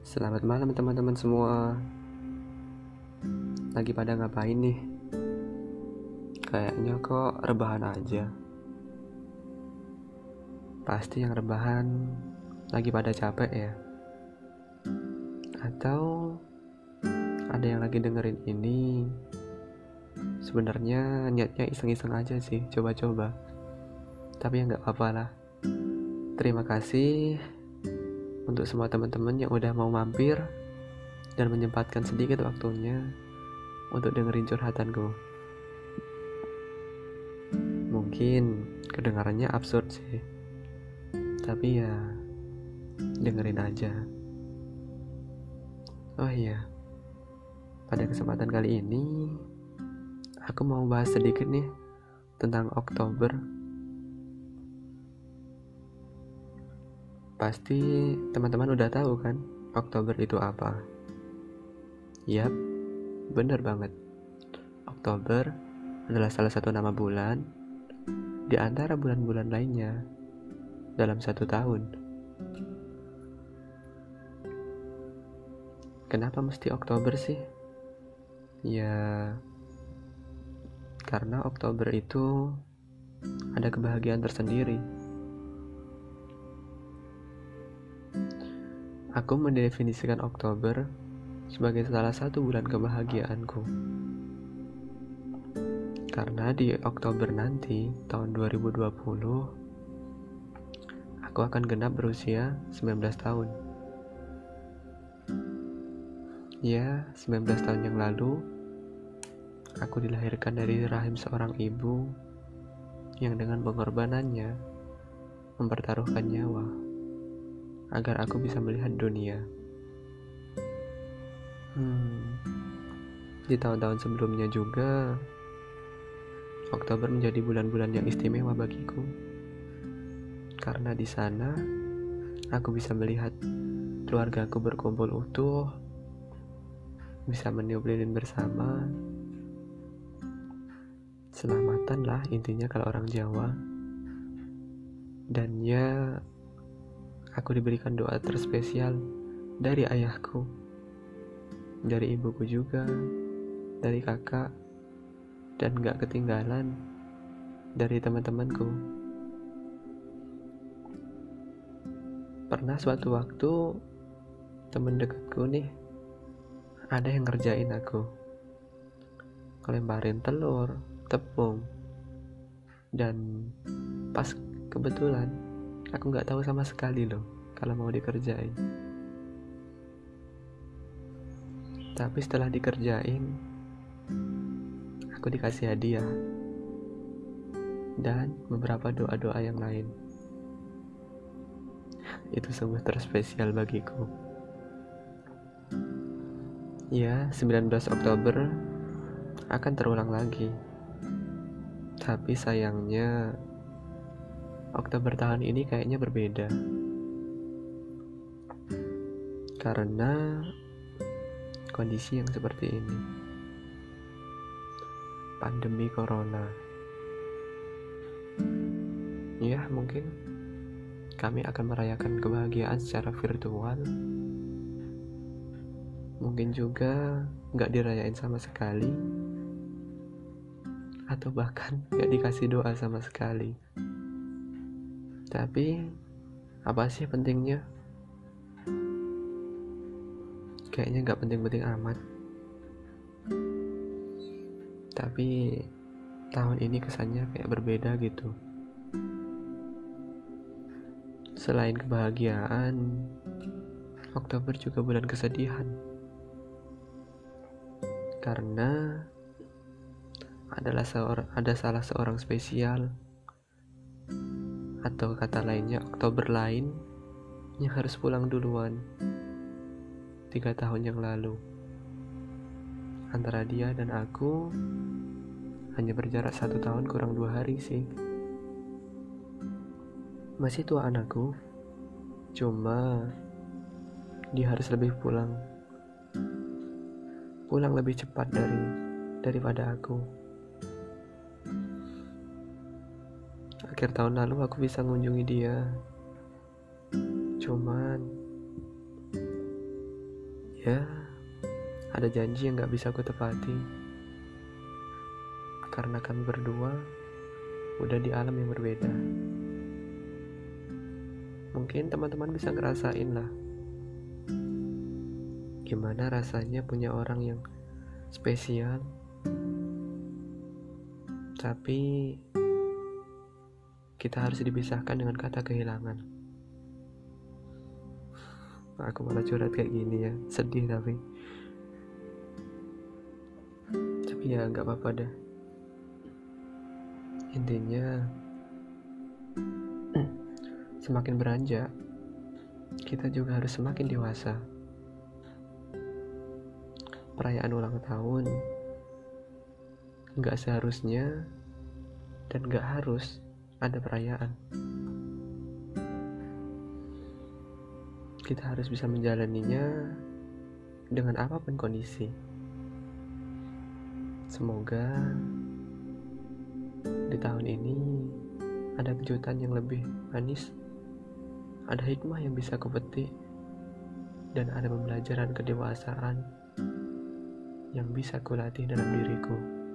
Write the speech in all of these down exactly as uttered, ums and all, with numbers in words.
Selamat malam teman-teman semua. Lagi pada ngapain nih? Kayaknya kok rebahan aja. Pasti yang rebahan lagi pada capek ya. Atau ada yang lagi dengerin ini sebenarnya niatnya iseng-iseng aja sih, coba-coba. Tapi ya gak apa-apa lah. Terima kasih untuk semua teman-teman yang udah mau mampir dan menyempatkan sedikit waktunya untuk dengerin curhatanku. Mungkin kedengarannya absurd sih, tapi ya dengerin aja. Oh iya, pada kesempatan kali ini aku mau bahas sedikit nih tentang Oktober. Pasti teman-teman udah tahu kan Oktober itu apa? Yap, bener banget. Oktober adalah salah satu nama bulan di antara bulan-bulan lainnya dalam satu tahun. Kenapa mesti Oktober sih? Ya, karena Oktober itu ada kebahagiaan tersendiri. Aku mendefinisikan Oktober sebagai salah satu bulan kebahagiaanku. Karena di Oktober nanti, tahun dua ribu dua puluh, aku akan genap berusia sembilan belas tahun. Ya, sembilan belas tahun yang lalu, aku dilahirkan dari rahim seorang ibu yang dengan pengorbanannya mempertaruhkan nyawa agar aku bisa melihat dunia. Hmm, di tahun-tahun sebelumnya juga, Oktober menjadi bulan-bulan yang istimewa bagiku. Karena di sana, aku bisa melihat keluargaku berkumpul utuh, bisa meniup lilin bersama. Selamatan lah intinya kalau orang Jawa. Dan ya, aku diberikan doa terspesial dari ayahku, dari ibuku juga, dari kakak, dan gak ketinggalan dari teman-temanku. Pernah suatu waktu temen dekatku nih ada yang ngerjain aku, ngelemparin telur, tepung, dan pas kebetulan aku gak tahu sama sekali loh kalau mau dikerjain. Tapi setelah dikerjain, aku dikasih hadiah dan beberapa doa-doa yang lain. Itu sungguh terspesial bagiku. Ya, sembilan belas Oktober akan terulang lagi. Tapi sayangnya Oktober tahun ini kayaknya berbeda. Karena kondisi yang seperti ini. Pandemi Corona. Ya, mungkin kami akan merayakan kebahagiaan secara virtual. Mungkin juga gak dirayain sama sekali, atau bahkan gak dikasih doa sama sekali. Tapi apa sih pentingnya? Kayaknya gak penting-penting amat. Tapi tahun ini kesannya kayak berbeda gitu. Selain kebahagiaan, Oktober juga bulan kesedihan. Karena adalah seorang, ada salah seorang spesial, atau kata lainnya Oktober lain, yang harus pulang duluan tiga tahun yang lalu. Antara dia dan aku hanya berjarak satu tahun kurang dua hari sih. Masih tua anakku, cuma dia harus lebih pulang pulang lebih cepat dari daripada aku. Akhir tahun lalu aku bisa mengunjungi dia, cuman Ya, ada janji yang gak bisa aku tepati karena kami berdua udah di alam yang berbeda. Mungkin teman-teman bisa ngerasain lah gimana rasanya punya orang yang spesial, tapi kita harus dipisahkan dengan kata kehilangan. Aku malah curhat kayak gini ya, sedih tapi Tapi ya gak apa-apa dah. Intinya semakin beranjak, kita juga harus semakin dewasa. Perayaan ulang tahun gak seharusnya dan gak harus ada perayaan. Kita harus bisa menjalaninya dengan apapun kondisi. Semoga di tahun ini ada kejutan yang lebih manis, ada hikmah yang bisa kupetik, dan ada pembelajaran kedewasaan yang bisa kulatih dalam diriku.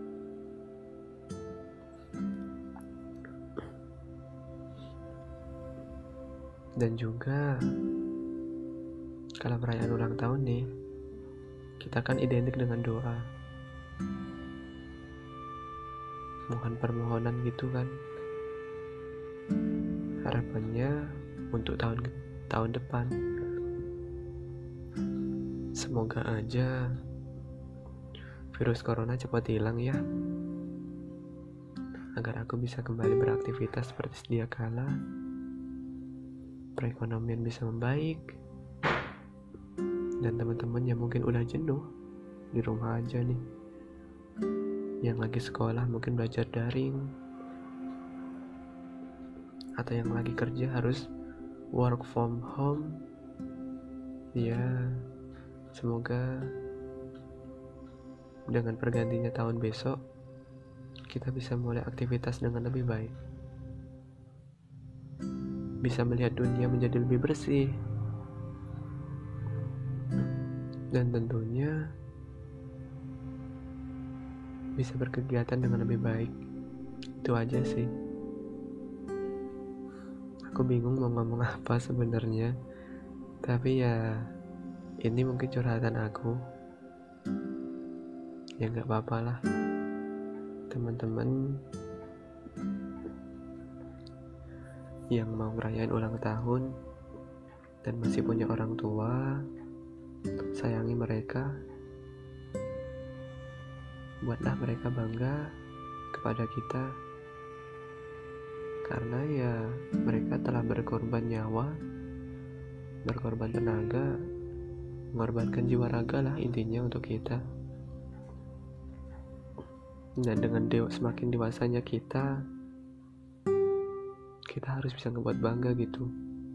Dan juga kalau perayaan ulang tahun nih, kita kan identik dengan doa, mohon permohonan gitu kan. Harapannya untuk tahun tahun depan, semoga aja virus corona cepat hilang ya, agar aku bisa kembali beraktivitas seperti sedia kala, perekonomian bisa membaik, dan teman-teman yang mungkin udah jenuh di rumah aja nih, yang lagi sekolah mungkin belajar daring, atau yang lagi kerja harus work from home, ya semoga dengan pergantinya tahun besok kita bisa mulai aktivitas dengan lebih baik, bisa melihat dunia menjadi lebih bersih, dan tentunya bisa berkegiatan dengan lebih baik. Itu aja sih. Aku bingung mau ngomong apa sebenarnya, tapi ya ini mungkin curhatan aku. Ya gak apa-apa lah, teman-teman yang mau ngerayain ulang tahun dan masih punya orang tua, sayangi mereka, buatlah mereka bangga kepada kita, karena ya mereka telah berkorban nyawa, berkorban tenaga, mengorbankan jiwa raga lah intinya untuk kita. Dan dengan dewa, semakin dewasanya kita, kita harus bisa ngebuat bangga gitu.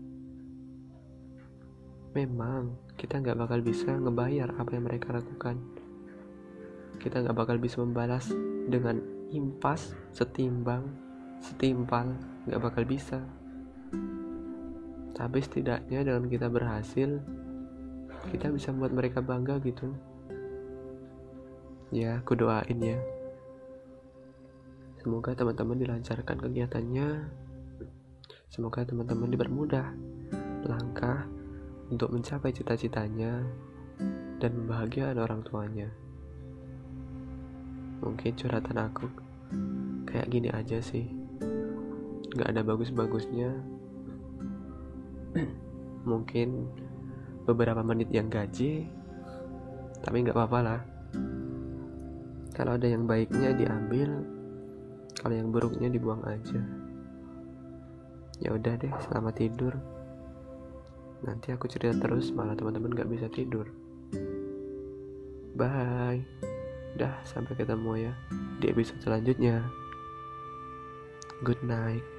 Memang kita gak bakal bisa ngebayar apa yang mereka lakukan, kita gak bakal bisa membalas dengan impas, setimbang, setimpal, gak bakal bisa. Tapi setidaknya dalam kita berhasil, kita bisa membuat mereka bangga gitu. Ya, aku doain ya, semoga teman-teman dilancarkan kegiatannya, semoga teman-teman dipermudah langkah untuk mencapai cita-citanya dan membahagiakan orang tuanya. Mungkin curhatan aku kayak gini aja sih, gak ada bagus-bagusnya. Mungkin beberapa menit yang gaji, tapi gak apa-apa lah. Kalau ada yang baiknya diambil, kalau yang buruknya dibuang aja. Ya udah deh, selamat tidur. Nanti aku cerita terus, malah teman-teman gak bisa tidur. Bye. Dah, sampai ketemu ya di episode selanjutnya. Good night.